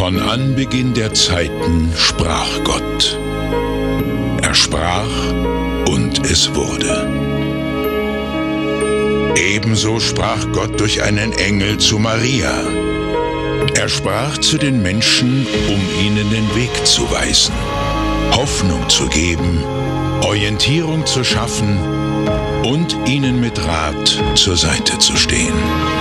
Von Anbeginn der Zeiten sprach Gott. Er sprach und es wurde. Ebenso sprach Gott durch einen Engel zu Maria. Er sprach zu den Menschen, um ihnen den Weg zu weisen, Hoffnung zu geben, Orientierung zu schaffen und ihnen mit Rat zur Seite zu stehen.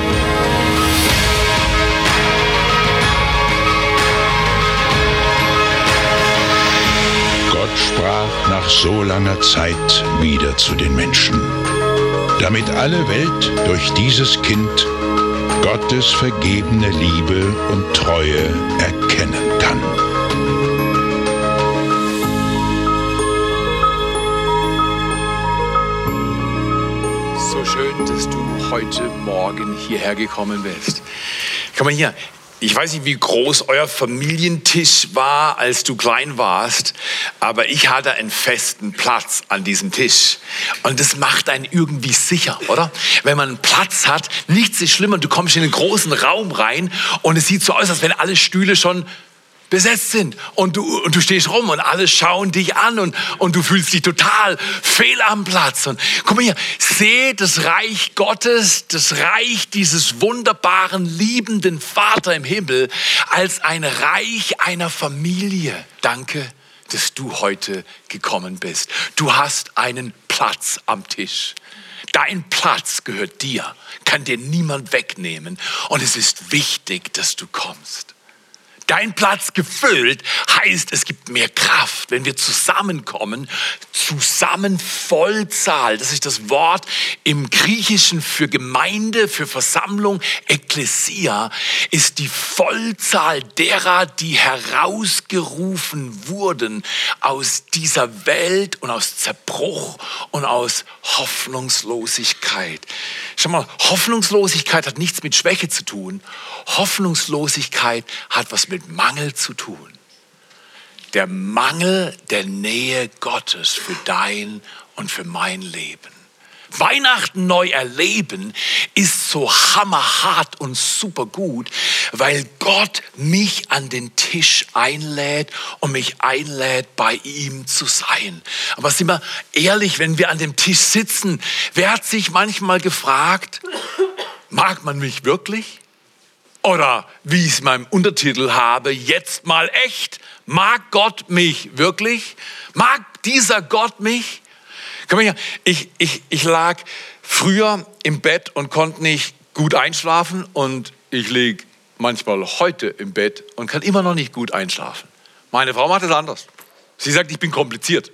Gott sprach nach so langer Zeit wieder zu den Menschen, damit alle Welt durch dieses Kind Gottes vergebene Liebe und Treue erkennen kann. So schön, dass du heute Morgen hierher gekommen bist. Komm mal hier. Ich weiß nicht, wie groß euer Familientisch war, als du klein warst, aber ich hatte einen festen Platz an diesem Tisch. Und das macht einen irgendwie sicher, oder? Wenn man einen Platz hat, nichts ist schlimmer. Du kommst in einen großen Raum rein und es sieht so aus, als wenn alle Stühle schon besetzt sind und du stehst rum und alle schauen dich an und du fühlst dich total fehl am Platz. Und guck mal hier, seh das Reich Gottes, das Reich dieses wunderbaren, liebenden Vater im Himmel als ein Reich einer Familie. Danke, dass du heute gekommen bist. Du hast einen Platz am Tisch. Dein Platz gehört dir, kann dir niemand wegnehmen und es ist wichtig, dass du kommst. Dein Platz gefüllt heißt, es gibt mehr Kraft, wenn wir zusammenkommen, zusammen Vollzahl. Das ist das Wort im Griechischen für Gemeinde, für Versammlung. Ekklesia ist die Vollzahl derer, die herausgerufen wurden aus dieser Welt und aus Zerbruch und aus Hoffnungslosigkeit. Schau mal, Hoffnungslosigkeit hat nichts mit Schwäche zu tun. Hoffnungslosigkeit hat was mit Mangel zu tun. Der Mangel der Nähe Gottes für dein und für mein Leben. Weihnachten neu erleben ist so hammerhart und super gut, weil Gott mich an den Tisch einlädt und mich einlädt, bei ihm zu sein. Aber sind wir ehrlich, wenn wir an dem Tisch sitzen, wer hat sich manchmal gefragt, mag man mich wirklich? Oder wie ich es in meinem Untertitel habe, jetzt mal echt. Mag Gott mich wirklich? Mag dieser Gott mich? Komm mal her. Ich lag früher im Bett und konnte nicht gut einschlafen. Und ich liege manchmal heute im Bett und kann immer noch nicht gut einschlafen. Meine Frau macht es anders. Sie sagt, ich bin kompliziert.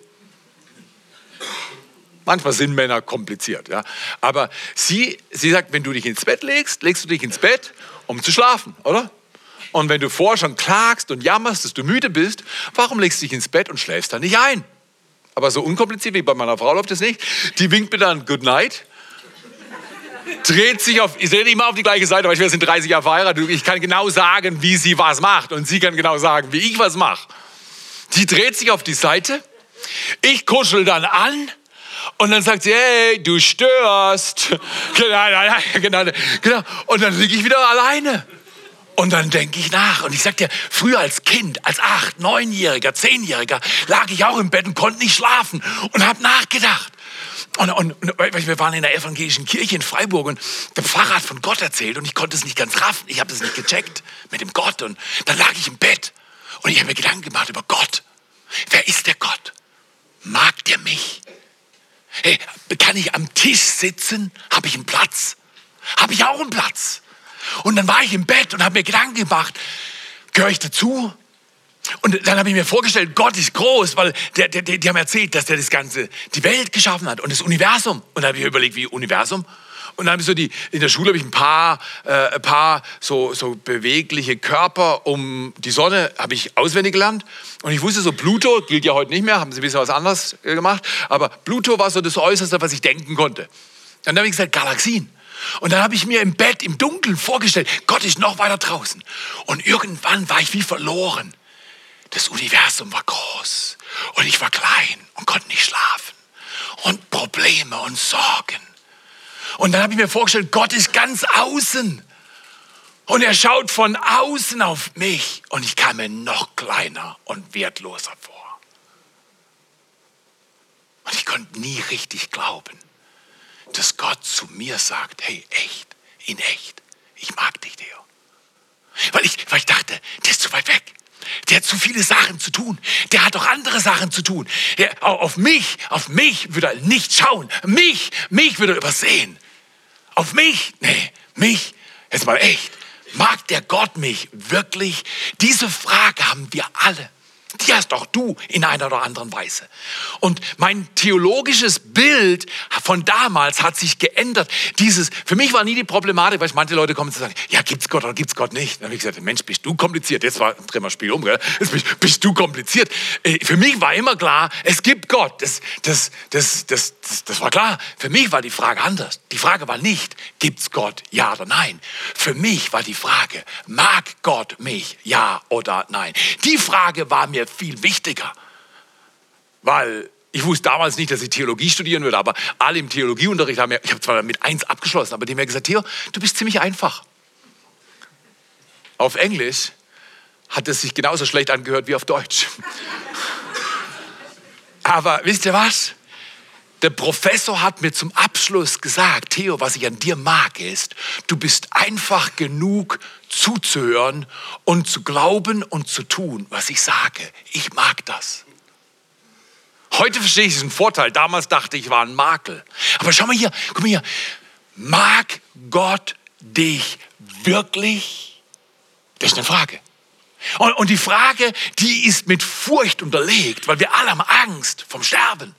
Manchmal sind Männer kompliziert, ja. Aber sie sagt, wenn du dich ins Bett legst, legst du dich ins Bett, um zu schlafen, oder? Und wenn du vorher schon klagst und jammerst, dass du müde bist, warum legst du dich ins Bett und schläfst dann nicht ein? Aber so unkompliziert wie bei meiner Frau läuft das nicht. Die winkt mir dann Good Night, dreht sich ich drehe nicht mal auf die gleiche Seite, weil wir sind 30 Jahre verheiratet. Ich kann genau sagen, wie sie was macht und sie kann genau sagen, wie ich was mache. Die dreht sich auf die Seite, ich kuschel dann an. Und dann sagt sie, hey, du störst. Genau. Und dann liege ich wieder alleine. Und dann denke ich nach. Und ich sag dir, früher als Kind, als 8-, 9-Jähriger, 10-Jähriger, lag ich auch im Bett und konnte nicht schlafen und habe nachgedacht. Und wir waren in der evangelischen Kirche in Freiburg und der Pfarrer hat von Gott erzählt und ich konnte es nicht ganz raffen. Ich habe das nicht gecheckt mit dem Gott. Und dann lag ich im Bett und ich habe mir Gedanken gemacht über Gott. Wer ist der Gott? Mag der mich? Hey, kann ich am Tisch sitzen? Habe ich einen Platz? Habe ich auch einen Platz? Und dann war ich im Bett und habe mir Gedanken gemacht, gehöre ich dazu? Und dann habe ich mir vorgestellt, Gott ist groß, weil die haben erzählt, dass der die Welt geschaffen hat und das Universum. Und dann habe ich mir überlegt, wie Universum? Und dann habe ich in der Schule habe ich ein paar so bewegliche Körper um die Sonne habe ich auswendig gelernt. Und ich wusste so, Pluto gilt ja heute nicht mehr, haben sie ein bisschen was anderes gemacht. Aber Pluto war so das Äußerste, was ich denken konnte. Und dann habe ich gesagt, Galaxien. Und dann habe ich mir im Bett, im Dunkeln vorgestellt, Gott ist noch weiter draußen. Und irgendwann war ich wie verloren. Das Universum war groß und ich war klein und konnte nicht schlafen. Und Probleme und Sorgen. Und dann habe ich mir vorgestellt, Gott ist ganz außen. Und er schaut von außen auf mich und ich kam mir noch kleiner und wertloser vor. Und ich konnte nie richtig glauben, dass Gott zu mir sagt, hey, echt, in echt, ich mag dich, Theo. Weil ich dachte, der ist zu weit weg. Der hat zu viele Sachen zu tun. Der hat auch andere Sachen zu tun. Auf mich würde er nicht schauen. Mich würde er übersehen. Auf mich, mich, jetzt mal echt. Mag der Gott mich wirklich? Diese Frage haben wir alle. Die hast auch du in einer oder anderen Weise. Und mein theologisches Bild von damals hat sich geändert. Für mich war nie die Problematik, weil manche Leute kommen zu sagen, ja, gibt's Gott oder gibt's Gott nicht? Dann habe ich gesagt, Mensch, bist du kompliziert. Jetzt drehen wir das Spiel um, gell? Jetzt bist du kompliziert. Für mich war immer klar, es gibt Gott. Das war klar. Für mich war die Frage anders. Die Frage war nicht, gibt's Gott, ja oder nein? Für mich war die Frage, mag Gott mich, ja oder nein? Die Frage war mir viel wichtiger, weil ich wusste damals nicht, dass ich Theologie studieren würde, aber alle im Theologieunterricht haben ich habe zwar mit 1 abgeschlossen, aber die haben mir gesagt, Theo, du bist ziemlich einfach. Auf Englisch hat es sich genauso schlecht angehört wie auf Deutsch. Aber wisst ihr was? Der Professor hat mir zum Abschluss gesagt, Theo, was ich an dir mag ist, du bist einfach genug zuzuhören und zu glauben und zu tun, was ich sage. Ich mag das. Heute verstehe ich diesen Vorteil. Damals dachte ich, war ein Makel. Aber schau mal hier, guck mal hier. Mag Gott dich wirklich? Das ist eine Frage. Und die Frage, die ist mit Furcht unterlegt, weil wir alle haben Angst vom Sterben.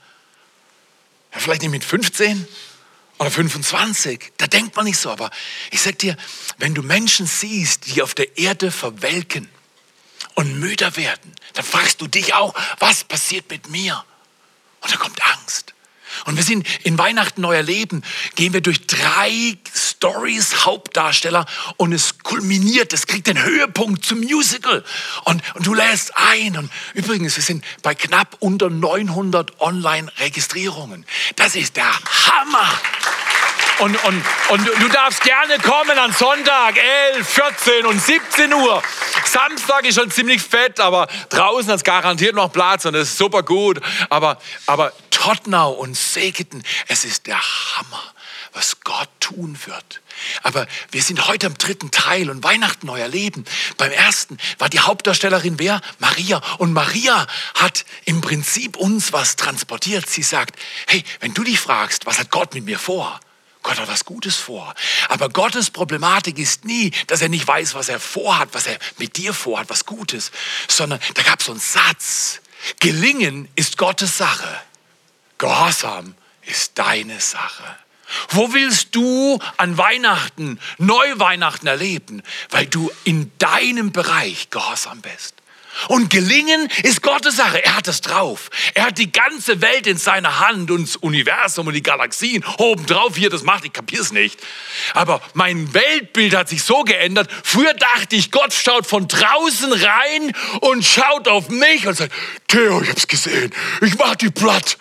Ja, vielleicht nicht mit 15 oder 25, da denkt man nicht so. Aber ich sag dir, wenn du Menschen siehst, die auf der Erde verwelken und müder werden, dann fragst du dich auch, was passiert mit mir? Und da kommt Angst. Und wir sind in Weihnachten Neuer Leben, gehen wir durch 3 Stories, Hauptdarsteller und es kulminiert, es kriegt den Höhepunkt zum Musical. Und du lässt ein. Und übrigens, wir sind bei knapp unter 900 Online-Registrierungen. Das ist der Hammer. Und du darfst gerne kommen an Sonntag, 11, 14 und 17 Uhr. Samstag ist schon ziemlich fett, aber draußen hat es garantiert noch Platz und es ist super gut. Aber Tottenau und Segeten, es ist der Hammer, was Gott tun wird. Aber wir sind heute am 3. Teil und Weihnachten Neuer Leben. Beim 1. war die Hauptdarstellerin wer? Maria. Und Maria hat im Prinzip uns was transportiert. Sie sagt, hey, wenn du dich fragst, was hat Gott mit mir vor? Gott hat was Gutes vor. Aber Gottes Problematik ist nie, dass er nicht weiß, was er vorhat, was er mit dir vorhat, was Gutes. Sondern da gab es so einen Satz. Gelingen ist Gottes Sache. Gehorsam ist deine Sache. Wo willst du an Weihnachten, Neuweihnachten erleben? Weil du in deinem Bereich gehorsam bist. Und Gelingen ist Gottes Sache. Er hat es drauf. Er hat die ganze Welt in seiner Hand und das Universum und die Galaxien obendrauf. Hier, das macht, ich kapier's nicht. Aber mein Weltbild hat sich so geändert. Früher dachte ich, Gott schaut von draußen rein und schaut auf mich und sagt, Theo, ich hab's gesehen. Ich mach die platt.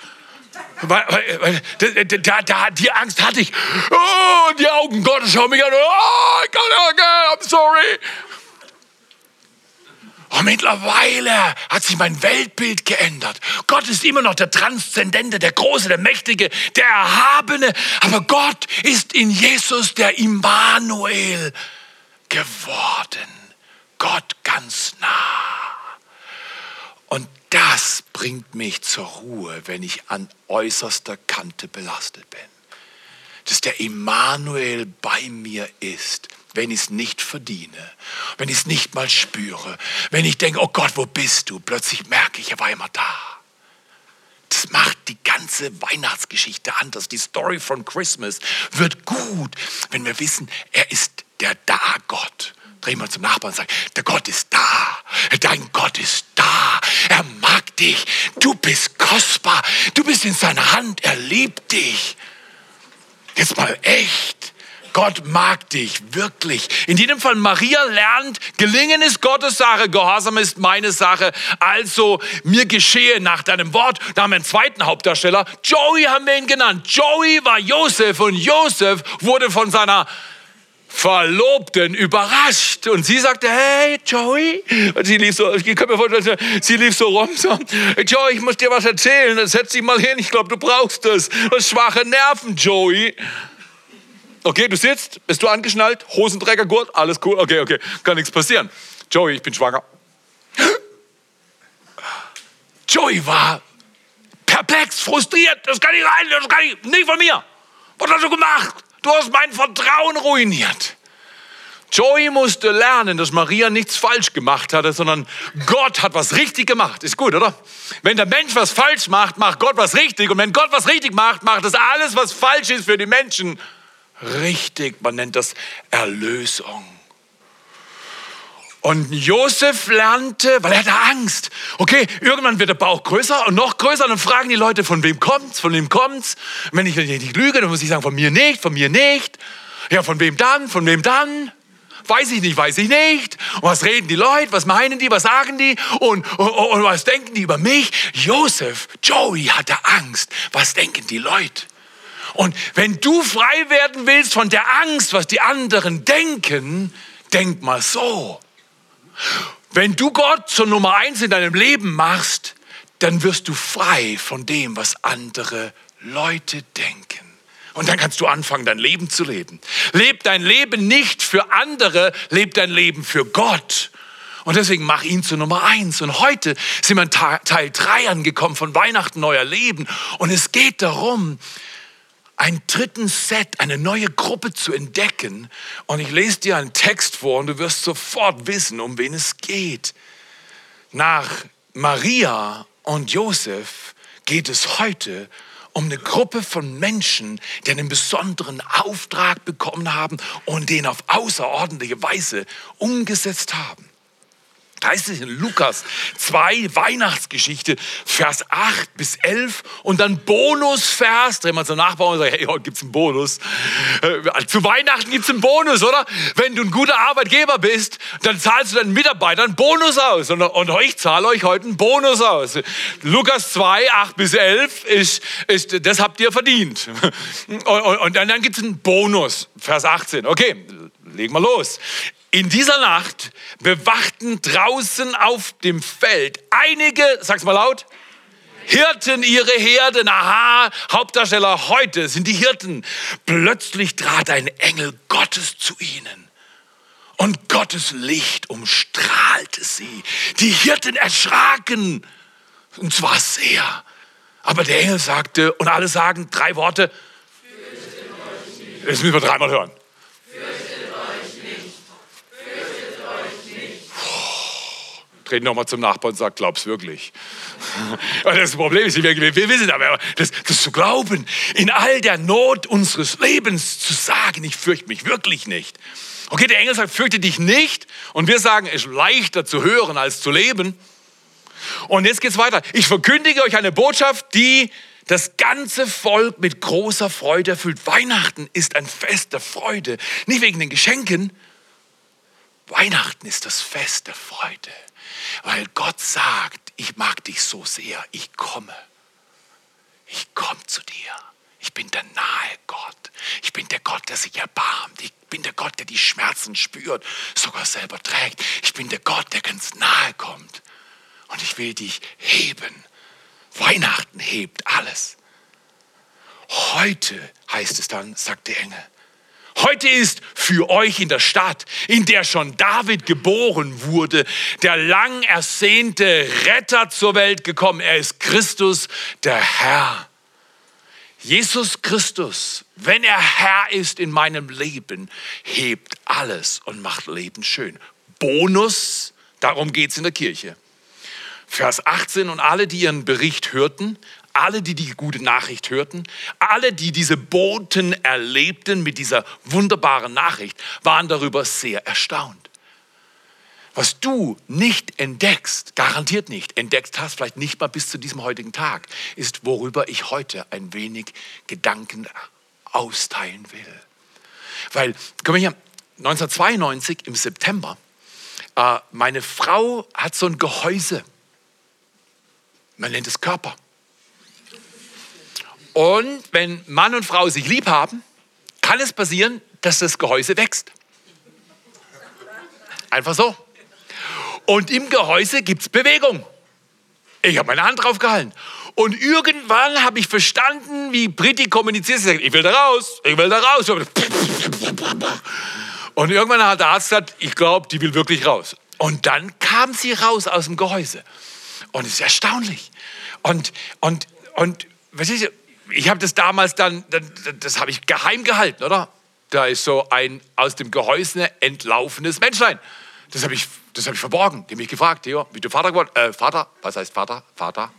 Die Angst hatte ich. Oh, die Augen Gottes schauen mich an. Oh, I'm sorry. Und mittlerweile hat sich mein Weltbild geändert. Gott ist immer noch der Transzendente, der Große, der Mächtige, der Erhabene. Aber Gott ist in Jesus der Immanuel geworden. Gott ganz nah. Und das bringt mich zur Ruhe, wenn ich an äußerster Kante belastet bin. Dass der Immanuel bei mir ist. Wenn ich es nicht verdiene, wenn ich es nicht mal spüre, wenn ich denke, oh Gott, wo bist du? Plötzlich merke ich, er war immer da. Das macht die ganze Weihnachtsgeschichte anders. Die Story von Christmas wird gut, wenn wir wissen, er ist der Da-Gott. Drehen wir zum Nachbarn und sagen, der Gott ist da. Dein Gott ist da. Er mag dich. Du bist kostbar. Du bist in seiner Hand. Er liebt dich. Jetzt mal echt. Gott mag dich wirklich. In jedem Fall, Maria lernt, Gelingen ist Gottes Sache, Gehorsam ist meine Sache. Also, mir geschehe nach deinem Wort. Da haben wir einen zweiten Hauptdarsteller. Joey haben wir ihn genannt. Joey war Josef und Josef wurde von seiner Verlobten überrascht. Und sie sagte, hey, Joey. Und sie lief so, ich kann mir vorstellen, sie lief so rum. So, Joey, ich muss dir was erzählen. Setz dich mal hin, ich glaube, du brauchst das. Das schwache Nerven, Joey. Okay, du sitzt, bist du angeschnallt? Hosenträger, Gurt, alles cool. Okay, kann nichts passieren. Joey, ich bin schwanger. Joey war perplex, frustriert. Das kann nicht rein, das kann nicht von mir. Was hast du gemacht? Du hast mein Vertrauen ruiniert. Joey musste lernen, dass Maria nichts falsch gemacht hatte, sondern Gott hat was richtig gemacht. Ist gut, oder? Wenn der Mensch was falsch macht, macht Gott was richtig. Und wenn Gott was richtig macht, macht es alles, was falsch ist für die Menschen, richtig. Man nennt das Erlösung. Und Josef lernte, weil er hatte Angst. Okay, irgendwann wird der Bauch größer und noch größer. Und dann fragen die Leute, von wem kommt's, von wem kommt's? Und wenn ich nicht lüge, dann muss ich sagen, von mir nicht, von mir nicht. Ja, von wem dann, von wem dann? Weiß ich nicht. Und was reden die Leute, was meinen die, was sagen die? Und was denken die über mich? Josef, Joey hatte Angst. Was denken die Leute? Und wenn du frei werden willst von der Angst, was die anderen denken, denk mal so. Wenn du Gott zur Nummer 1 in deinem Leben machst, dann wirst du frei von dem, was andere Leute denken. Und dann kannst du anfangen, dein Leben zu leben. Leb dein Leben nicht für andere, leb dein Leben für Gott. Und deswegen mach ihn zur Nummer 1. Und heute sind wir in Teil 3 angekommen von Weihnachten, neuer Leben. Und es geht darum, einen dritten Set, eine neue Gruppe zu entdecken. Und ich lese dir einen Text vor und du wirst sofort wissen, um wen es geht. Nach Maria und Josef geht es heute um eine Gruppe von Menschen, die einen besonderen Auftrag bekommen haben und den auf außerordentliche Weise umgesetzt haben. Da heißt es in Lukas 2, Weihnachtsgeschichte, Vers 8 bis 11 und dann Bonusvers, drehen wir zum Nachbarn und sagen, hey, heute gibt es einen Bonus. Zu Weihnachten gibt es einen Bonus, oder? Wenn du ein guter Arbeitgeber bist, dann zahlst du deinen Mitarbeitern einen Bonus aus. Und ich zahle euch heute einen Bonus aus. Lukas 2, 8 bis 11 das habt ihr verdient. Und dann gibt es einen Bonus, Vers 18. Okay, legen wir los. In dieser Nacht bewachten draußen auf dem Feld einige, sag's mal laut, Hirten ihre Herden. Aha, Hauptdarsteller heute sind die Hirten. Plötzlich trat ein Engel Gottes zu ihnen und Gottes Licht umstrahlte sie. Die Hirten erschraken, und zwar sehr. Aber der Engel sagte, und alle sagen 3 Worte, das müssen wir 3-mal hören. Dreh nochmal zum Nachbarn und sag, glaub's wirklich. Das Problem ist, wir wissen aber, das zu glauben, in all der Not unseres Lebens zu sagen, ich fürchte mich wirklich nicht. Okay, der Engel sagt, fürchte dich nicht. Und wir sagen, es ist leichter zu hören als zu leben. Und jetzt geht's weiter. Ich verkündige euch eine Botschaft, die das ganze Volk mit großer Freude erfüllt. Weihnachten ist ein Fest der Freude. Nicht wegen den Geschenken. Weihnachten ist das Fest der Freude. Weil Gott sagt, ich mag dich so sehr, ich komme. Ich komme zu dir. Ich bin der nahe Gott. Ich bin der Gott, der sich erbarmt. Ich bin der Gott, der die Schmerzen spürt, sogar selber trägt. Ich bin der Gott, der ganz nahe kommt. Und ich will dich heben. Weihnachten hebt alles. Heute, heißt es dann, sagt der Engel, heute ist für euch in der Stadt, in der schon David geboren wurde, der lang ersehnte Retter zur Welt gekommen. Er ist Christus, der Herr. Jesus Christus, wenn er Herr ist in meinem Leben, hebt alles und macht Leben schön. Bonus, darum geht es in der Kirche. Vers 18, und alle, die ihren Bericht hörten, alle, die die gute Nachricht hörten, alle, die diese Boten erlebten mit dieser wunderbaren Nachricht, waren darüber sehr erstaunt. Was du nicht entdeckst, garantiert nicht, entdeckt hast, vielleicht nicht mal bis zu diesem heutigen Tag, ist, worüber ich heute ein wenig Gedanken austeilen will. Weil, komm mal hier, 1992 im September, meine Frau hat so ein Gehäuse. Man nennt es Körper. Und wenn Mann und Frau sich lieb haben, kann es passieren, dass das Gehäuse wächst. Einfach so. Und im Gehäuse gibt es Bewegung. Ich habe meine Hand drauf gehalten. Und irgendwann habe ich verstanden, wie Britti kommuniziert. Sie sagt, ich will da raus, ich will da raus. Und irgendwann hat der Arzt gesagt, ich glaube, die will wirklich raus. Und dann kam sie raus aus dem Gehäuse. Und es ist erstaunlich. Und was ist, ich habe das damals das habe ich geheim gehalten, oder? Da ist so ein aus dem Gehäuse entlaufenes Menschlein. Das habe ich verborgen. Die haben mich gefragt, Theo, wie du Vater geworden? Vater? Was heißt Vater? Vater?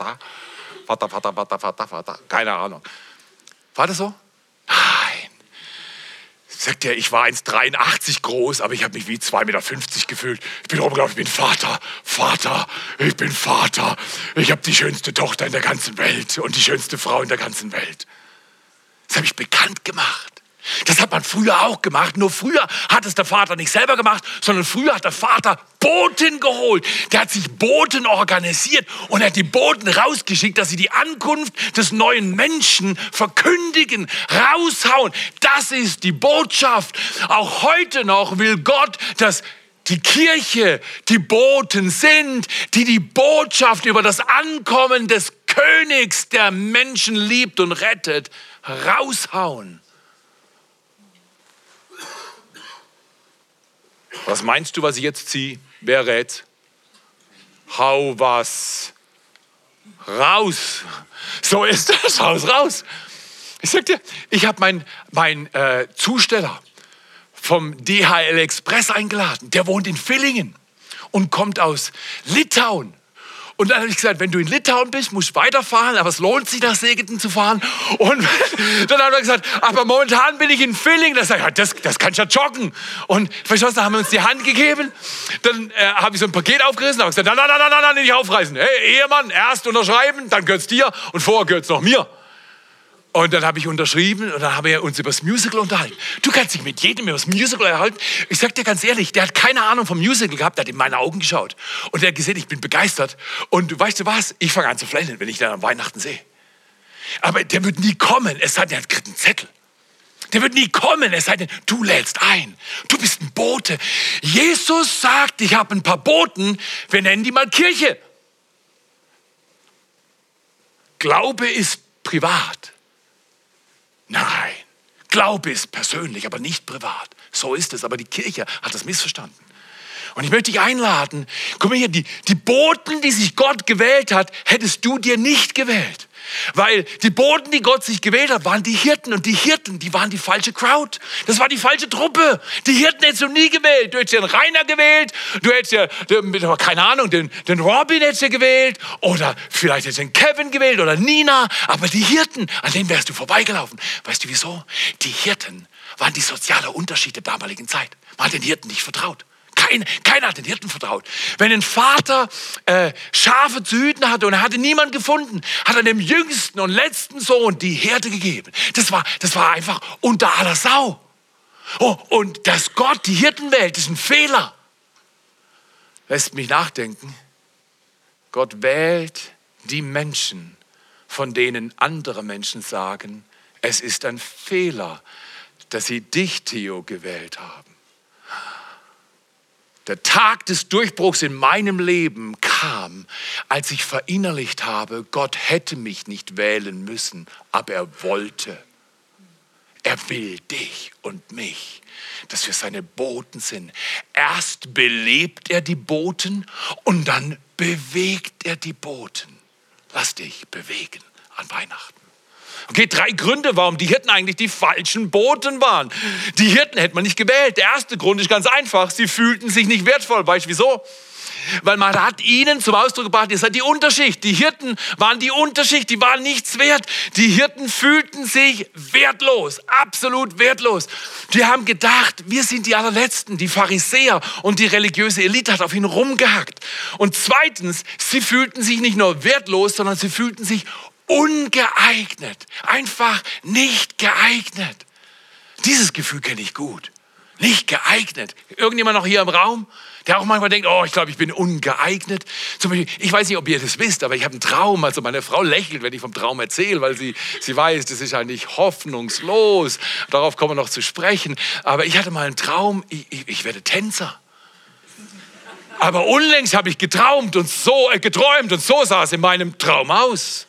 Keine Ahnung. War das so? Nein. Sagt er, ich war 1,83 groß, aber ich habe mich wie 2,50 Meter gefühlt. Ich bin rumgelaufen, ich bin Vater, ich bin Vater. Ich habe die schönste Tochter in der ganzen Welt und die schönste Frau in der ganzen Welt. Das habe ich bekannt gemacht. Das hat man früher auch gemacht, nur früher hat es der Vater nicht selber gemacht, sondern früher hat der Vater Boten geholt. Der hat sich Boten organisiert und er hat die Boten rausgeschickt, dass sie die Ankunft des neuen Menschen verkündigen, raushauen. Das ist die Botschaft. Auch heute noch will Gott, dass die Kirche die Boten sind, die die Botschaft über das Ankommen des Königs, der Menschen liebt und rettet, raushauen. Was meinst du, was ich jetzt ziehe? Wer rät? Hau was raus. So ist das, haus raus. Ich sag dir, ich habe meinen Zusteller vom DHL Express eingeladen. Der wohnt in Villingen und kommt aus Litauen. Und dann habe ich gesagt, wenn du in Litauen bist, musst du weiterfahren, aber es lohnt sich, nach Segeten zu fahren. Und dann hat er gesagt, aber momentan bin ich in Villingen. Da sage ich, das kannst du ja joggen. Und verschlossen, haben wir uns die Hand gegeben. Dann habe ich so ein Paket aufgerissen und habe gesagt, nein, nicht aufreißen. Hey, Ehemann, erst unterschreiben, dann gehört es dir und vorher gehört es noch mir. Und dann habe ich unterschrieben und dann haben wir uns über das Musical unterhalten. Du kannst dich mit jedem über das Musical unterhalten. Ich sag dir ganz ehrlich, der hat keine Ahnung vom Musical gehabt, der hat in meine Augen geschaut. Und der hat gesehen, ich bin begeistert. Und weißt du was? Ich fange an zu flennen, wenn ich den an Weihnachten sehe. Aber der wird nie kommen, es sei denn, er hat einen Zettel. Der wird nie kommen, es sei denn, du lädst ein. Du bist ein Bote. Jesus sagt, ich habe ein paar Boten, wir nennen die mal Kirche. Glaube ist privat. Nein, Glaube ist persönlich, aber nicht privat. So ist es, aber die Kirche hat das missverstanden. Und ich möchte dich einladen, guck mal hier, die Boten, die sich Gott gewählt hat, hättest du dir nicht gewählt. Weil die Boten, die Gott sich gewählt hat, waren die Hirten. Und die Hirten, die waren die falsche Crowd. Das war die falsche Truppe. Die Hirten hättest du nie gewählt. Du hättest den Rainer gewählt. Du hättest ja, keine Ahnung, den Robin hättest du gewählt. Oder vielleicht hättest du den Kevin gewählt oder Nina. Aber die Hirten, an denen wärst du vorbeigelaufen. Weißt du wieso? Die Hirten waren die soziale Unterschied der damaligen Zeit. Man hat den Hirten nicht vertraut. Keiner hat den Hirten vertraut. Wenn ein Vater Schafe zu hüten hatte und er hatte niemanden gefunden, hat er dem jüngsten und letzten Sohn die Herde gegeben. Das war einfach unter aller Sau. Oh, und dass Gott die Hirten wählt, ist ein Fehler. Lässt mich nachdenken. Gott wählt die Menschen, von denen andere Menschen sagen, es ist ein Fehler, dass sie dich, Theo, gewählt haben. Der Tag des Durchbruchs in meinem Leben kam, als ich verinnerlicht habe, Gott hätte mich nicht wählen müssen, aber er wollte. Er will dich und mich, dass wir seine Boten sind. Erst belebt er die Boten und dann bewegt er die Boten. Lass dich bewegen an Weihnachten. Okay, 3 Gründe, warum die Hirten eigentlich die falschen Boten waren. Die Hirten hätte man nicht gewählt. Der erste Grund ist ganz einfach. Sie fühlten sich nicht wertvoll. Weißt du wieso? Weil man hat ihnen zum Ausdruck gebracht, ihr seid die Unterschicht. Die Hirten waren die Unterschicht, die waren nichts wert. Die Hirten fühlten sich wertlos, absolut wertlos. Die haben gedacht, wir sind die Allerletzten. Die Pharisäer und die religiöse Elite hat auf ihn rumgehackt. Und zweitens, sie fühlten sich nicht nur wertlos, sondern sie fühlten sich ungeeignet, einfach nicht geeignet. Dieses Gefühl kenne ich gut. Nicht geeignet. Irgendjemand noch hier im Raum, der auch manchmal denkt, oh, ich glaube, ich bin ungeeignet. Zum Beispiel, ich weiß nicht, ob ihr das wisst, aber ich habe einen Traum. Also meine Frau lächelt, wenn ich vom Traum erzähle, weil sie weiß, das ist eigentlich hoffnungslos. Darauf kommen wir noch zu sprechen. Aber ich hatte mal einen Traum, ich werde Tänzer. Aber unlängst habe ich geträumt und so sah es in meinem Traum aus.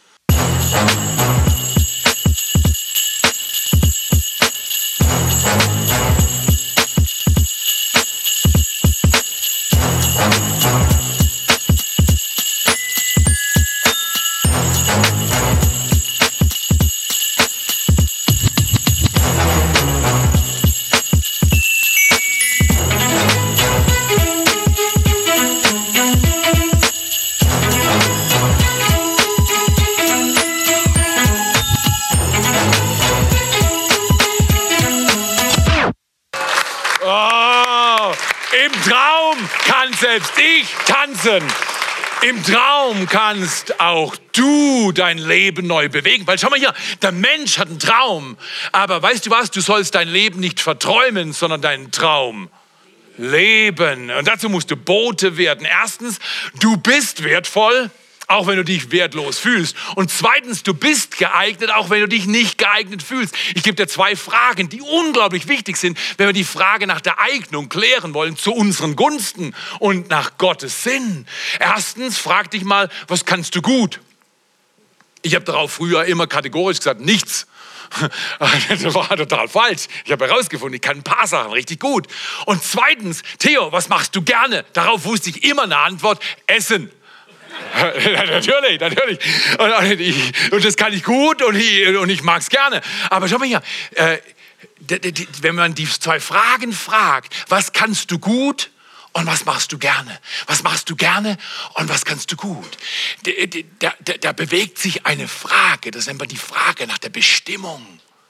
Im Traum kann selbst ich tanzen. Im Traum kannst auch du dein Leben neu bewegen. Weil schau mal hier, der Mensch hat einen Traum. Aber weißt du was, du sollst dein Leben nicht verträumen, sondern deinen Traum leben. Und dazu musst du Bote werden. Erstens, du bist wertvoll, auch wenn du dich wertlos fühlst. Und zweitens, du bist geeignet, auch wenn du dich nicht geeignet fühlst. Ich gebe dir 2 Fragen, die unglaublich wichtig sind, wenn wir die Frage nach der Eignung klären wollen, zu unseren Gunsten und nach Gottes Sinn. Erstens, frag dich mal, was kannst du gut? Ich habe darauf früher immer kategorisch gesagt, nichts. Das war total falsch. Ich habe herausgefunden, ich kann ein paar Sachen richtig gut. Und zweitens, Theo, was machst du gerne? Darauf wusste ich immer eine Antwort, Essen. Natürlich. Und das kann ich gut und ich mag es gerne. Aber schau mal hier, wenn man die 2 Fragen fragt, was kannst du gut und was machst du gerne? Was machst du gerne und was kannst du gut? Da bewegt sich eine Frage, das nennt man die Frage nach der Bestimmung.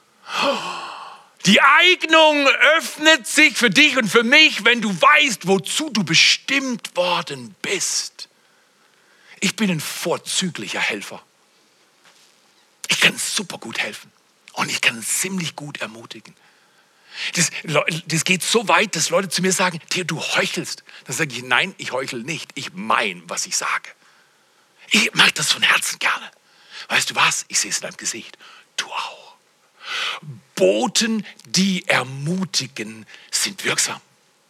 Die Eignung öffnet sich für dich und für mich, wenn du weißt, wozu du bestimmt worden bist. Ich bin ein vorzüglicher Helfer. Ich kann super gut helfen und ich kann ziemlich gut ermutigen. Das geht so weit, dass Leute zu mir sagen, Theo, du heuchelst. Dann sage ich, nein, ich heuchle nicht. Ich meine, was ich sage. Ich mag das von Herzen gerne. Weißt du was? Ich sehe es in deinem Gesicht. Du auch. Boten, die ermutigen, sind wirksam.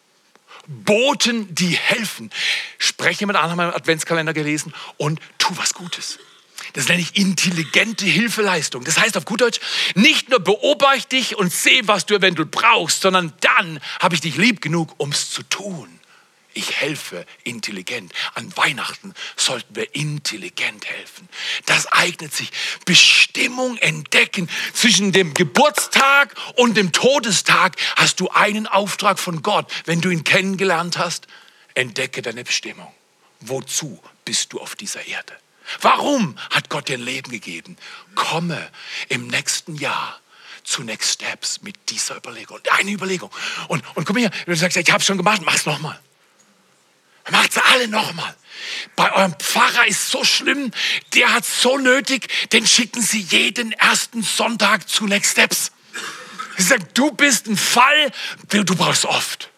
Boten, die helfen. Spreche mit anderen, haben wir im Adventskalender gelesen und tu was Gutes. Das nenne ich intelligente Hilfeleistung. Das heißt auf gut Deutsch, nicht nur beobachte dich und sehe, was du eventuell brauchst, sondern dann habe ich dich lieb genug, um es zu tun. Ich helfe intelligent. An Weihnachten sollten wir intelligent helfen. Das eignet sich. Bestimmung entdecken. Zwischen dem Geburtstag und dem Todestag hast du einen Auftrag von Gott. Wenn du ihn kennengelernt hast, entdecke deine Bestimmung. Wozu bist du auf dieser Erde? Warum hat Gott dir ein Leben gegeben? Komme im nächsten Jahr zu Next Steps mit dieser Überlegung. Eine Überlegung. Und komm her, du sagst, ich habe es schon gemacht, mach's nochmal. Macht's alle nochmal. Bei eurem Pfarrer ist so schlimm, der hat so nötig, den schicken sie jeden ersten Sonntag zu Next Steps. Sie sagen, du bist ein Fall, du brauchst oft.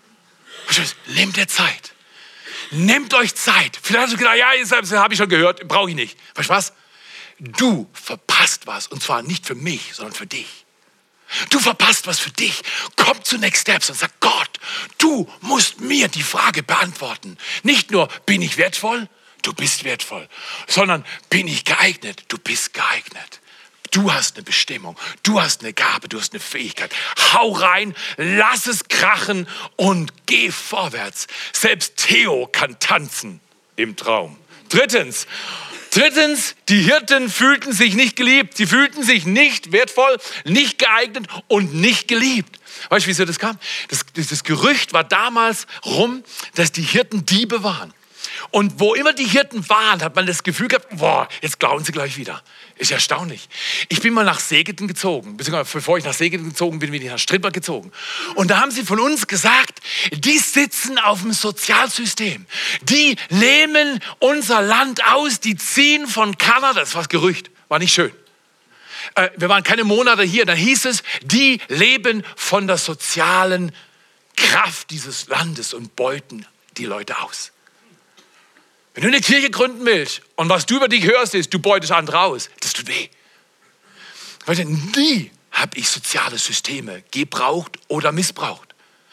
Nehmt dir Zeit. Nehmt euch Zeit. Vielleicht hast du gedacht, ja, das habe ich schon gehört, brauche ich nicht. Weißt du was? Du verpasst was und zwar nicht für mich, sondern für dich. Du verpasst was für dich. Komm zu Next Steps und sag, Gott, du musst mir die Frage beantworten. Nicht nur, bin ich wertvoll? Du bist wertvoll. Sondern, bin ich geeignet? Du bist geeignet. Du hast eine Bestimmung. Du hast eine Gabe. Du hast eine Fähigkeit. Hau rein, lass es krachen und geh vorwärts. Selbst Theo kann tanzen im Traum. Drittens, die Hirten fühlten sich nicht geliebt. Sie fühlten sich nicht wertvoll, nicht geeignet und nicht geliebt. Weißt du, wieso das kam? Das Gerücht war damals rum, dass die Hirten Diebe waren. Und wo immer die Hirten waren, hat man das Gefühl gehabt, boah, jetzt klauen sie gleich wieder. Ist erstaunlich. Ich bin mal nach Segeten gezogen, beziehungsweise bevor ich nach Segeten gezogen bin, bin ich nach Strittberg gezogen. Und da haben sie von uns gesagt, die sitzen auf dem Sozialsystem. Die nehmen unser Land aus, die ziehen von Kanada, das war das Gerücht, war nicht schön. Wir waren keine Monate hier, da hieß es, die leben von der sozialen Kraft dieses Landes und beuten die Leute aus. Wenn du eine Kirche gründen willst und was du über dich hörst, ist, du beutest andere aus, das tut weh. Weil nie habe ich soziale Systeme gebraucht oder missbraucht.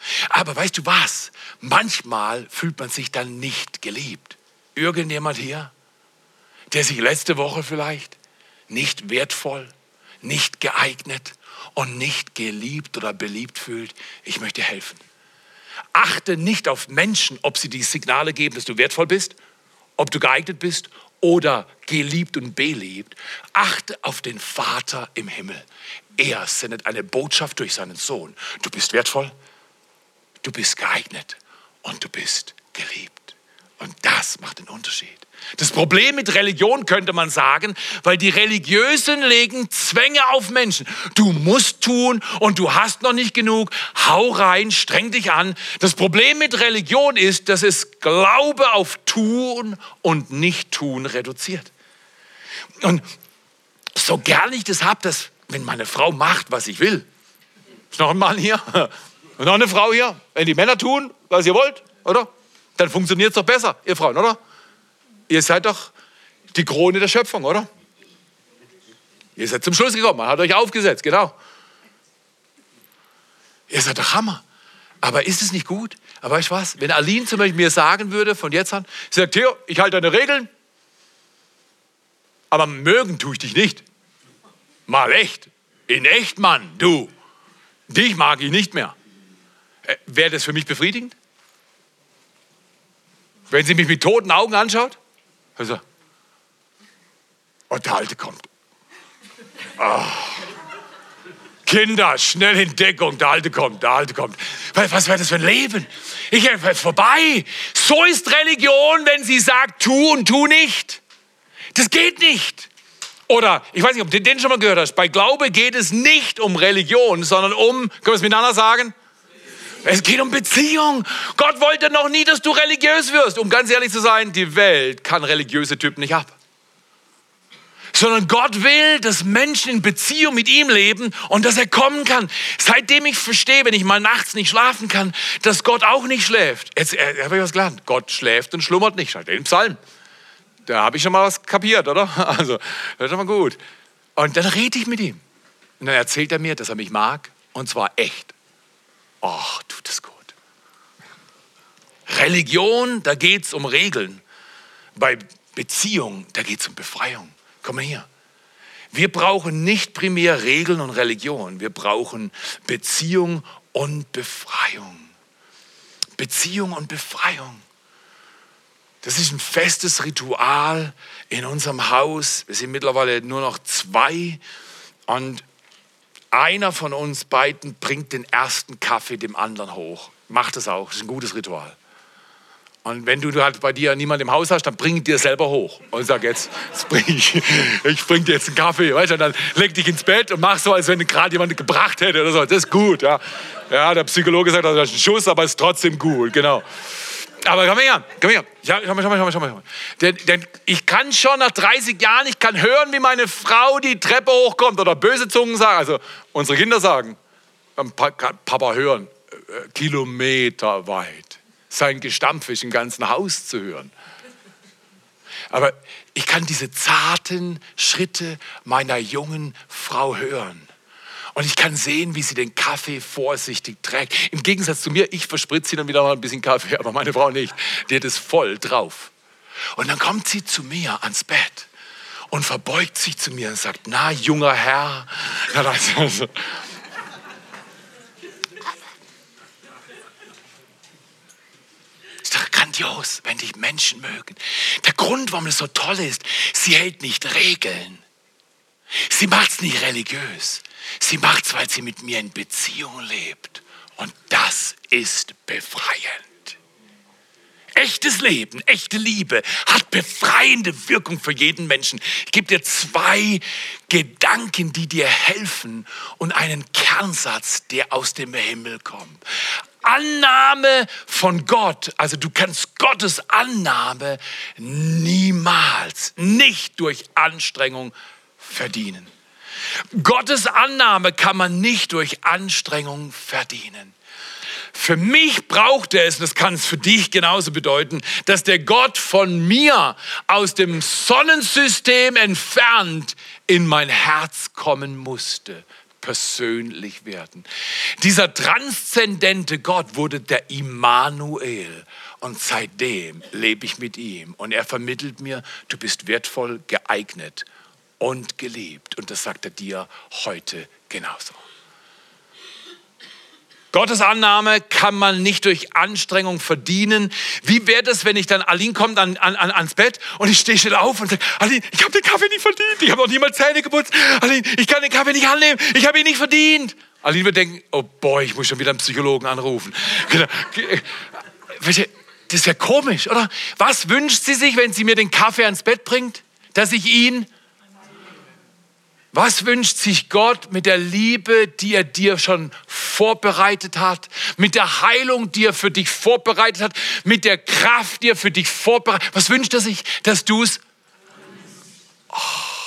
Aber weißt du was? Manchmal fühlt man sich dann nicht geliebt. Irgendjemand hier, der sich letzte Woche vielleicht nicht wertvoll, nicht geeignet und nicht geliebt oder beliebt fühlt. Ich möchte helfen. Achte nicht auf Menschen, ob sie die Signale geben, dass du wertvoll bist, ob du geeignet bist oder geliebt und beliebt. Achte auf den Vater im Himmel. Er sendet eine Botschaft durch seinen Sohn. Du bist wertvoll, du bist geeignet und du bist geliebt. Und das macht den Unterschied. Das Problem mit Religion könnte man sagen, weil die Religiösen legen Zwänge auf Menschen. Du musst tun und du hast noch nicht genug. Hau rein, streng dich an. Das Problem mit Religion ist, dass es Glaube auf Tun und Nicht-Tun reduziert. Und so gern ich das habe, dass wenn meine Frau macht, was ich will. Ist noch ein Mann hier und noch eine Frau hier. Wenn die Männer tun, was ihr wollt, oder? Dann funktioniert es doch besser, ihr Frauen, oder? Ihr seid doch die Krone der Schöpfung, oder? Ihr seid zum Schluss gekommen, man hat euch aufgesetzt, genau. Ihr seid doch Hammer. Aber ist es nicht gut? Aber weißt du was? Wenn Aline zum Beispiel mir sagen würde, von jetzt an, sie sagt, Theo, ich halte deine Regeln, aber mögen tue ich dich nicht. Mal echt. In echt, Mann, du. Dich mag ich nicht mehr. Wäre das für mich befriedigend? Wenn sie mich mit toten Augen anschaut? Also, und der Alte kommt. Oh. Kinder, schnell in Deckung, der Alte kommt, der Alte kommt. Was wäre das für ein Leben? Ich wäre vorbei. So ist Religion, wenn sie sagt, tu und tu nicht. Das geht nicht. Oder, ich weiß nicht, ob du den schon mal gehört hast, bei Glaube geht es nicht um Religion, sondern können wir es miteinander sagen? Es geht um Beziehung. Gott wollte noch nie, dass du religiös wirst. Um ganz ehrlich zu sein, die Welt kann religiöse Typen nicht ab. Sondern Gott will, dass Menschen in Beziehung mit ihm leben und dass er kommen kann. Seitdem ich verstehe, wenn ich mal nachts nicht schlafen kann, dass Gott auch nicht schläft. Jetzt habe ich was gelernt. Gott schläft und schlummert nicht. Steht im Psalm. Da habe ich schon mal was kapiert, oder? Also, das ist schon mal gut. Und dann rede ich mit ihm. Und dann erzählt er mir, dass er mich mag. Und zwar echt. Ach, tut das gut. Religion, da geht es um Regeln. Bei Beziehung, da geht es um Befreiung. Komm mal hier. Wir brauchen nicht primär Regeln und Religion. Wir brauchen Beziehung und Befreiung. Beziehung und Befreiung. Das ist ein festes Ritual in unserem Haus. Wir sind mittlerweile nur noch 2 und einer von uns beiden bringt den ersten Kaffee dem anderen hoch. Mach das auch, das ist ein gutes Ritual. Und wenn du halt bei dir niemanden im Haus hast, dann bring dir selber hoch. Und sag jetzt ich bring dir jetzt einen Kaffee. Weißt du? Und dann leg dich ins Bett und mach so, als wenn gerade jemand gebracht hätte oder so. Das ist gut. Ja, ja, der Psychologe sagt, das ist ein Schuss, aber es ist trotzdem gut. Genau. Aber komm her. Ja, schau mal. Denn ich kann schon nach 30 Jahren, ich kann hören, wie meine Frau die Treppe hochkommt oder böse Zungen sagen. Also unsere Kinder sagen, Papa hören, kilometerweit. Sein Gestampf ist im ganzen Haus zu hören. Aber ich kann diese zarten Schritte meiner jungen Frau hören. Und ich kann sehen, wie sie den Kaffee vorsichtig trägt. Im Gegensatz zu mir, ich verspritze sie dann wieder mal ein bisschen Kaffee, aber meine Frau nicht. Die hat es voll drauf. Und dann kommt sie zu mir ans Bett und verbeugt sich zu mir und sagt, na, junger Herr. Ist doch grandios, wenn dich Menschen mögen. Der Grund, warum es so toll ist, sie hält nicht Regeln. Sie macht es nicht religiös. Sie macht es, weil sie mit mir in Beziehung lebt. Und das ist befreiend. Echtes Leben, echte Liebe hat befreiende Wirkung für jeden Menschen. Ich gebe dir 2 Gedanken, die dir helfen und einen Kernsatz, der aus dem Himmel kommt. Annahme von Gott, also du kannst Gottes Annahme niemals, nicht durch Anstrengung verdienen. Gottes Annahme kann man nicht durch Anstrengung verdienen. Für mich braucht es, das kann es für dich genauso bedeuten, dass der Gott von mir aus dem Sonnensystem entfernt in mein Herz kommen musste. persönlich werden. Dieser transzendente Gott wurde der Immanuel. Und seitdem lebe ich mit ihm. Und er vermittelt mir, du bist wertvoll, geeignet und geliebt. Und das sagt er dir heute genauso. Gottes Annahme kann man nicht durch Anstrengung verdienen. Wie wäre das, wenn ich dann, Aline kommt ans Bett und ich stehe schnell auf und sage, Aline, ich habe den Kaffee nicht verdient. Ich habe noch niemals Zähne geputzt. Aline, ich kann den Kaffee nicht annehmen. Ich habe ihn nicht verdient. Aline wird denken, oh boy, ich muss schon wieder einen Psychologen anrufen. Das wäre komisch, oder? Was wünscht sie sich, wenn sie mir den Kaffee ans Bett bringt? Dass ich ihn... Was wünscht sich Gott mit der Liebe, die er dir schon vorbereitet hat, mit der Heilung, die er für dich vorbereitet hat, mit der Kraft, die er für dich vorbereitet hat? Was wünscht er sich, dass du es... Oh,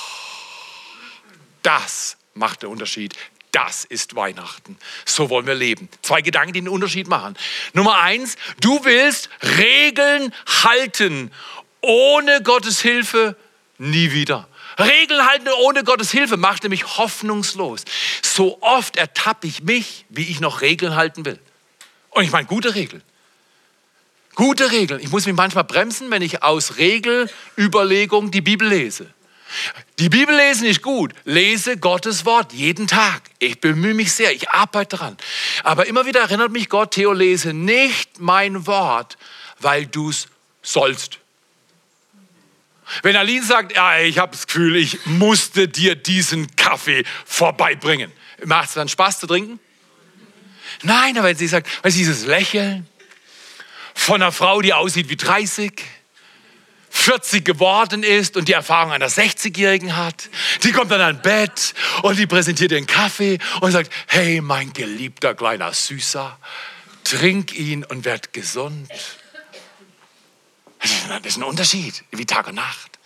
das macht den Unterschied. Das ist Weihnachten. So wollen wir leben. 2 Gedanken, die einen Unterschied machen. Nummer 1, du willst Regeln halten. Ohne Gottes Hilfe nie wieder. Regeln halten ohne Gottes Hilfe macht nämlich hoffnungslos. So oft ertappe ich mich, wie ich noch Regeln halten will. Und ich meine gute Regeln. Gute Regeln. Ich muss mich manchmal bremsen, wenn ich aus Regelüberlegung die Bibel lese. Die Bibel lesen ist gut. Lese Gottes Wort jeden Tag. Ich bemühe mich sehr, ich arbeite daran. Aber immer wieder erinnert mich Gott, Theo, lese nicht mein Wort, weil du es sollst. Wenn Aline sagt, ja, ich habe das Gefühl, ich musste dir diesen Kaffee vorbeibringen. Macht es dann Spaß zu trinken? Nein, aber wenn sie sagt, weißt du, dieses Lächeln von einer Frau, die aussieht wie 30, 40 geworden ist und die Erfahrung einer 60-Jährigen hat, die kommt dann ans Bett und die präsentiert den Kaffee und sagt, hey, mein geliebter kleiner Süßer, trink ihn und werd gesund. Das ist ein Unterschied, wie Tag und Nacht.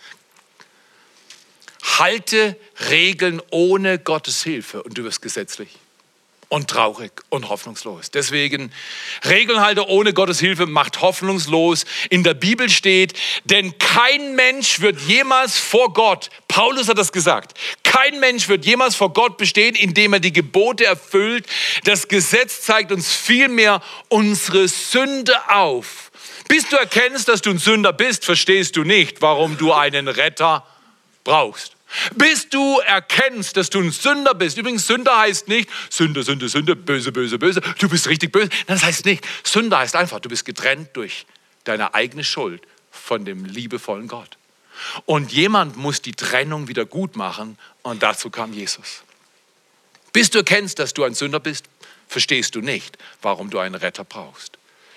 Halte Regeln ohne Gottes Hilfe und du wirst gesetzlich und traurig und hoffnungslos. Deswegen, Regeln halte ohne Gottes Hilfe macht hoffnungslos. In der Bibel steht, denn kein Mensch wird jemals vor Gott, Paulus hat das gesagt, kein Mensch wird jemals vor Gott bestehen, indem er die Gebote erfüllt. Das Gesetz zeigt uns vielmehr unsere Sünde auf. Bis du erkennst, dass du ein Sünder bist, verstehst du nicht, warum du einen Retter brauchst. Bis du erkennst, dass du ein Sünder bist. Übrigens, Sünder heißt nicht Sünde, Sünde, Sünde, böse, böse, böse. Du bist richtig böse. Das heißt nicht. Sünder heißt einfach, du bist getrennt durch deine eigene Schuld von dem liebevollen Gott. Und jemand muss die Trennung wieder gut machen und dazu kam Jesus. Bis du erkennst, dass du ein Sünder bist, verstehst du nicht, warum du einen Retter brauchst.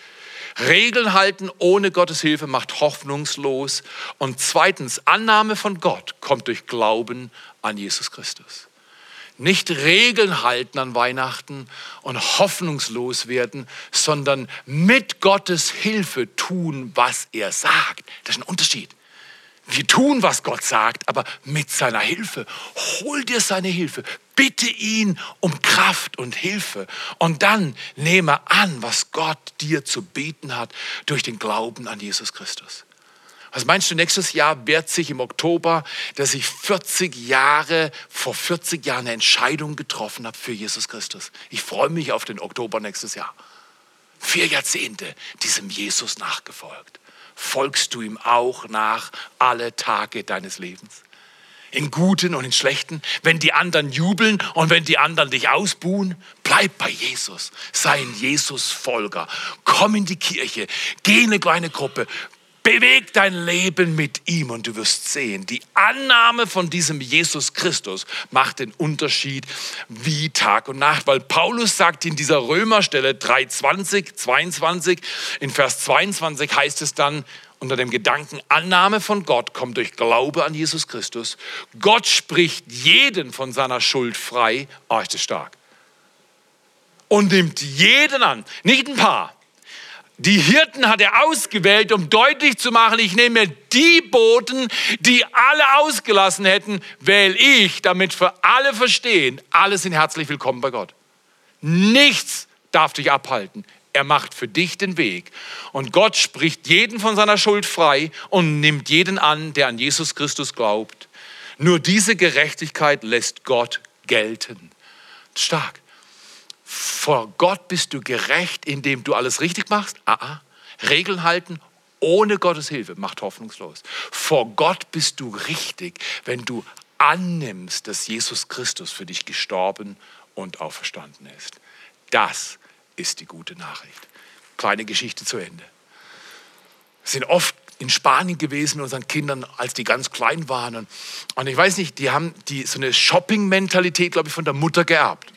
Regeln halten ohne Gottes Hilfe macht hoffnungslos. Und zweitens, Annahme von Gott kommt durch Glauben an Jesus Christus. Nicht Regeln halten an Weihnachten und hoffnungslos werden, sondern mit Gottes Hilfe tun, was er sagt. Das ist ein Unterschied. Wir tun, was Gott sagt, aber mit seiner Hilfe. Hol dir seine Hilfe. Bitte ihn um Kraft und Hilfe. Und dann nehme an, was Gott dir zu bieten hat durch den Glauben an Jesus Christus. Was meinst du, nächstes Jahr wehrt sich im Oktober, dass ich vor 40 Jahren eine Entscheidung getroffen habe für Jesus Christus. Ich freue mich auf den Oktober nächstes Jahr. 4 Jahrzehnte diesem Jesus nachgefolgt. Folgst du ihm auch nach alle Tage deines Lebens? In guten und in schlechten, wenn die anderen jubeln und wenn die anderen dich ausbuhen, bleib bei Jesus, sei ein Jesus-Folger, komm in die Kirche, geh in eine kleine Gruppe, beweg dein Leben mit ihm und du wirst sehen, die Annahme von diesem Jesus Christus macht den Unterschied wie Tag und Nacht, weil Paulus sagt in dieser Römerstelle 22, in Vers 22 heißt es dann, unter dem Gedanken, Annahme von Gott kommt durch Glaube an Jesus Christus. Gott spricht jeden von seiner Schuld frei. Oh, ist das stark. Und nimmt jeden an, nicht ein paar. Die Hirten hat er ausgewählt, um deutlich zu machen, ich nehme die Boten, die alle ausgelassen hätten, wähle ich, damit für alle verstehen, alle sind herzlich willkommen bei Gott. Nichts darf dich abhalten. Er macht für dich den Weg. Und Gott spricht jeden von seiner Schuld frei und nimmt jeden an, der an Jesus Christus glaubt. Nur diese Gerechtigkeit lässt Gott gelten. Stark. Vor Gott bist du gerecht, indem du alles richtig machst. Regeln halten ohne Gottes Hilfe macht hoffnungslos. Vor Gott bist du richtig, wenn du annimmst, dass Jesus Christus für dich gestorben und auferstanden ist. Das ist die gute Nachricht. Kleine Geschichte zu Ende. Wir sind oft in Spanien gewesen mit unseren Kindern, als die ganz klein waren. Und ich weiß nicht, die haben so eine Shopping-Mentalität, glaube ich, von der Mutter geerbt.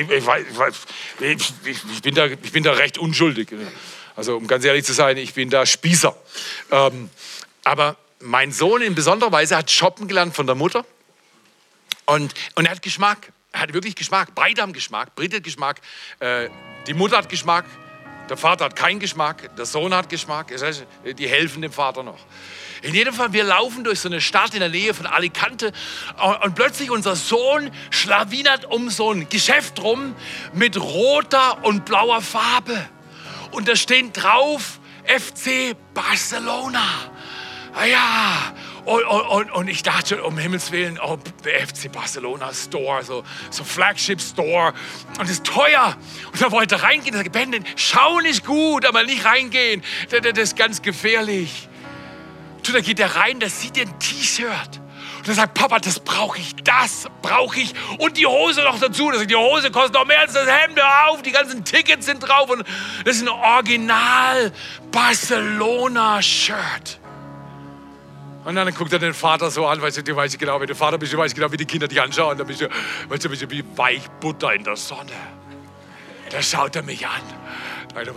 Ich bin da recht unschuldig. Also um ganz ehrlich zu sein, ich bin da Spießer. Aber mein Sohn in besonderer Weise hat shoppen gelernt von der Mutter. Und er hat Geschmack. Er hat wirklich Geschmack. Beide haben Geschmack. Britt hat Geschmack. Die Mutter hat Geschmack. Der Vater hat keinen Geschmack. Der Sohn hat Geschmack. Das heißt, die helfen dem Vater noch. In jedem Fall, wir laufen durch so eine Stadt in der Nähe von Alicante und plötzlich unser Sohn schlawinert um so ein Geschäft rum mit roter und blauer Farbe. Und da steht drauf FC Barcelona. Ja. Und ich dachte, um Himmels Willen, der FC Barcelona Store, so Flagship Store. Und das ist teuer. Und da wollte er reingehen. Er sagte, Ben, schauen ist gut, aber nicht reingehen. Das ist ganz gefährlich. Da geht er rein, da sieht er ein T-Shirt. Und er sagt, Papa, das brauche ich. Und die Hose noch dazu. Das sagt, die Hose kostet noch mehr als das Hemd. Hör auf, die ganzen Tickets sind drauf. Und das ist ein Original Barcelona-Shirt. Und dann guckt er den Vater so an, weißt du, wenn du Vater bist, du weißt genau, wie die Kinder dich anschauen. Dann bist du wie Weichbutter in der Sonne. Da schaut er mich an. Da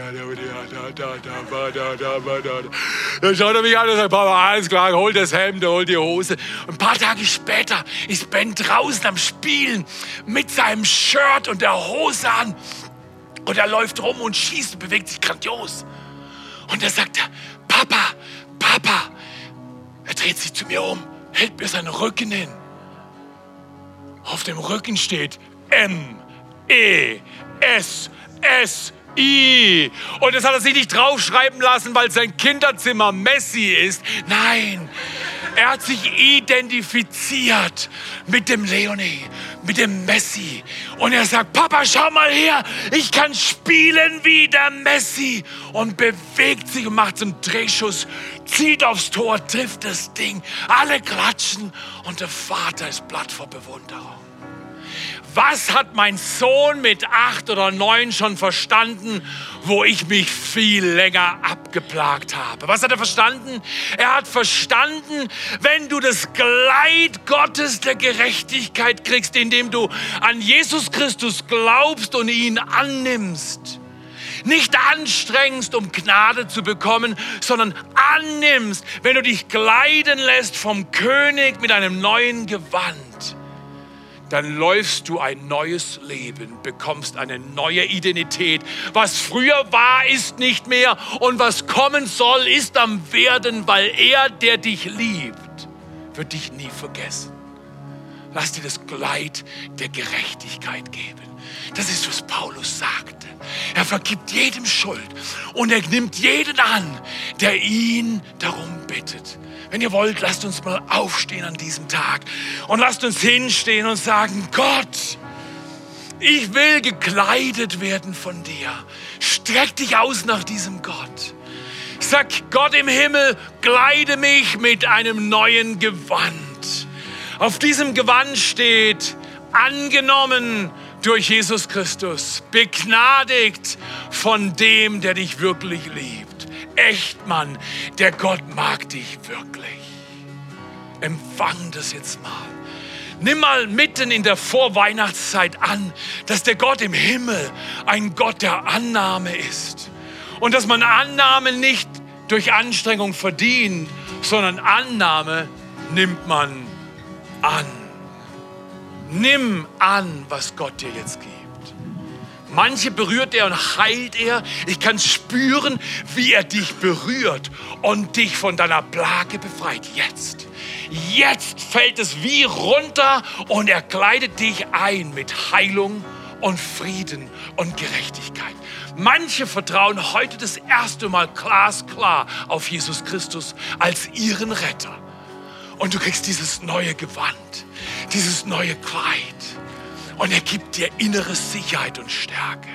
schaut er mich an und sagt, Papa, alles klar, hol das Hemd, hol die Hose. Und ein paar Tage später ist Ben draußen am Spielen mit seinem Shirt und der Hose an. Und er läuft rum und schießt und bewegt sich grandios. Und da sagt er, Papa. Er dreht sich zu mir um, hält mir seinen Rücken hin. Auf dem Rücken steht M-E-S-S-I. Und das hat er sich nicht draufschreiben lassen, weil sein Kinderzimmer Messi ist. Nein, er hat sich identifiziert mit dem Leonie, mit dem Messi. Und er sagt, Papa, schau mal her, ich kann spielen wie der Messi. Und bewegt sich und macht so einen Drehschuss, zieht aufs Tor, trifft das Ding. Alle klatschen und der Vater ist platt vor Bewunderung. Was hat mein Sohn mit 8 oder 9 schon verstanden, wo ich mich viel länger abgeplagt habe? Was hat er verstanden? Er hat verstanden, wenn du das Kleid Gottes der Gerechtigkeit kriegst, indem du an Jesus Christus glaubst und ihn annimmst, nicht anstrengst, um Gnade zu bekommen, sondern annimmst, wenn du dich kleiden lässt vom König mit einem neuen Gewand, dann läufst du ein neues Leben, bekommst eine neue Identität. Was früher war, ist nicht mehr und was kommen soll, ist am Werden, weil er, der dich liebt, wird dich nie vergessen. Lass dir das Kleid der Gerechtigkeit geben. Das ist, was Paulus sagte. Er vergibt jedem Schuld und er nimmt jeden an, der ihn darum bittet. Wenn ihr wollt, lasst uns mal aufstehen an diesem Tag und lasst uns hinstehen und sagen, Gott, ich will gekleidet werden von dir. Streck dich aus nach diesem Gott. Sag, Gott im Himmel, kleide mich mit einem neuen Gewand. Auf diesem Gewand steht, angenommen durch Jesus Christus, begnadigt von dem, der dich wirklich liebt. Echt, Mann, der Gott mag dich wirklich. Empfang das jetzt mal. Nimm mal mitten in der Vorweihnachtszeit an, dass der Gott im Himmel ein Gott der Annahme ist. Und dass man Annahme nicht durch Anstrengung verdient, sondern Annahme nimmt man an. Nimm an, was Gott dir jetzt gibt. Manche berührt er und heilt er. Ich kann spüren, wie er dich berührt und dich von deiner Plage befreit. Jetzt fällt es wie runter und er kleidet dich ein mit Heilung und Frieden und Gerechtigkeit. Manche vertrauen heute das erste Mal glasklar auf Jesus Christus als ihren Retter. Und du kriegst dieses neue Gewand, dieses neue Kleid. Und er gibt dir innere Sicherheit und Stärke.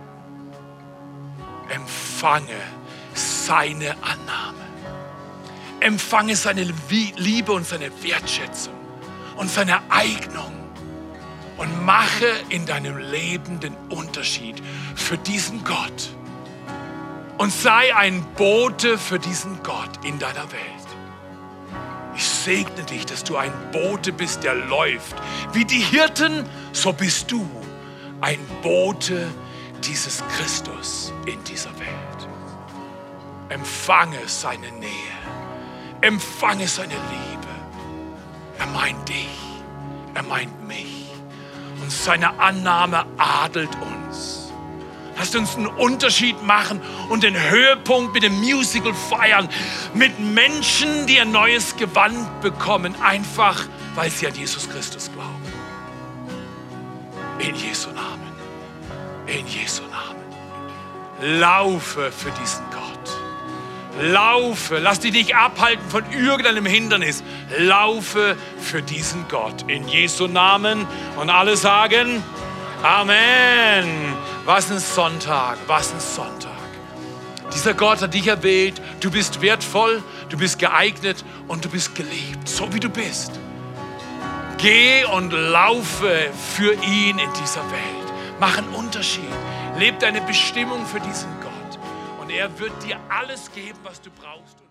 Empfange seine Annahme. Empfange seine Liebe und seine Wertschätzung und seine Eignung. Und mache in deinem Leben den Unterschied für diesen Gott. Und sei ein Bote für diesen Gott in deiner Welt. Ich segne dich, dass du ein Bote bist, der läuft. Wie die Hirten, so bist du ein Bote dieses Christus in dieser Welt. Empfange seine Nähe. Empfange seine Liebe. Er meint dich. Er meint mich. Und seine Annahme adelt uns. Lasst uns einen Unterschied machen und den Höhepunkt mit dem Musical feiern. Mit Menschen, die ein neues Gewand bekommen, einfach weil sie an Jesus Christus glauben. In Jesu Namen. In Jesu Namen. Laufe für diesen Gott. Laufe. Lass dich nicht abhalten von irgendeinem Hindernis. Laufe für diesen Gott. In Jesu Namen. Und alle sagen Amen. Was ein Sonntag. Was ein Sonntag. Dieser Gott hat dich erwählt. Du bist wertvoll. Du bist geeignet. Und du bist geliebt. So wie du bist. Geh und laufe für ihn in dieser Welt. Mach einen Unterschied. Leb deine Bestimmung für diesen Gott. Und er wird dir alles geben, was du brauchst.